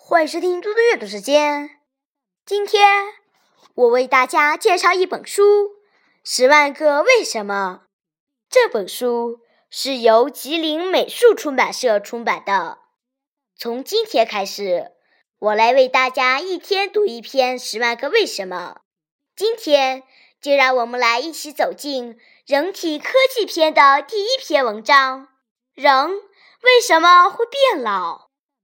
欢迎收听嘟嘟阅读时间。今天我为大家介绍一本书《10万个为什么》。这本书是由吉林美术出版社出版的。从今天开始，我来为大家一天读一篇《10万个为什么》。今天就让我们来一起走进人体科技篇的第一篇文章：人为什么会变老？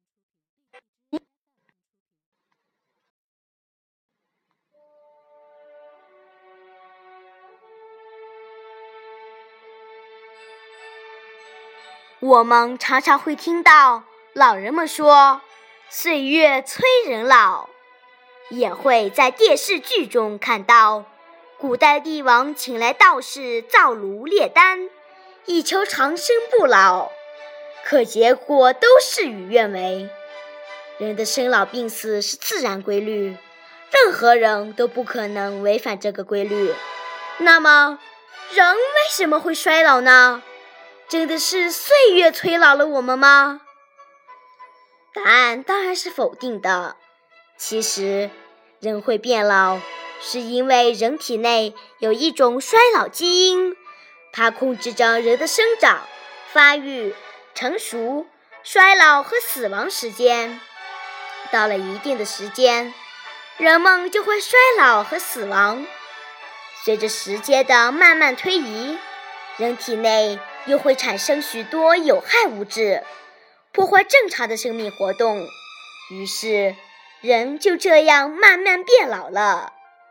我们常常会听到老人们说岁月催人老，也会在电视剧中看到古代帝王请来道士造炉炼丹，以求长生不老，可结果都事与愿违。人的生老病死是自然规律，任何人都不可能违反这个规律。那么人为什么会衰老呢？真的是岁月催老了我们吗？答案当然是否定的。其实人会变老，是因为人体内有一种衰老基因，它控制着人的生长、发育、成熟、衰老和死亡时间。到了一定的时间，人们就会衰老和死亡。随着时间的慢慢推移，人体内又会产生许多有害物质，破坏正常的生命活动，于是人就这样慢慢变老了。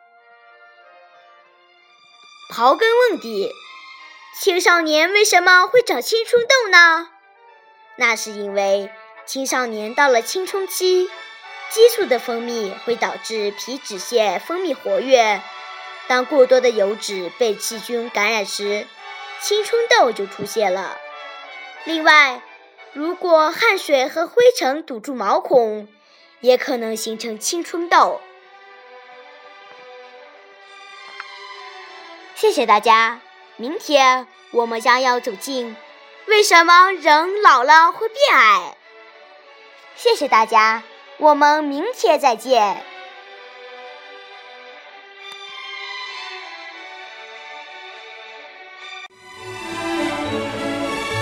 刨根问底，青少年为什么会长青春痘呢？那是因为青少年到了青春期，激素的分泌会导致皮脂腺分泌活跃，当过多的油脂被细菌感染时，青春痘就出现了。另外，如果汗水和灰尘堵住毛孔，也可能形成青春痘。谢谢大家，明天我们将要走进为什么人老了会变矮。谢谢大家，我们明天再见。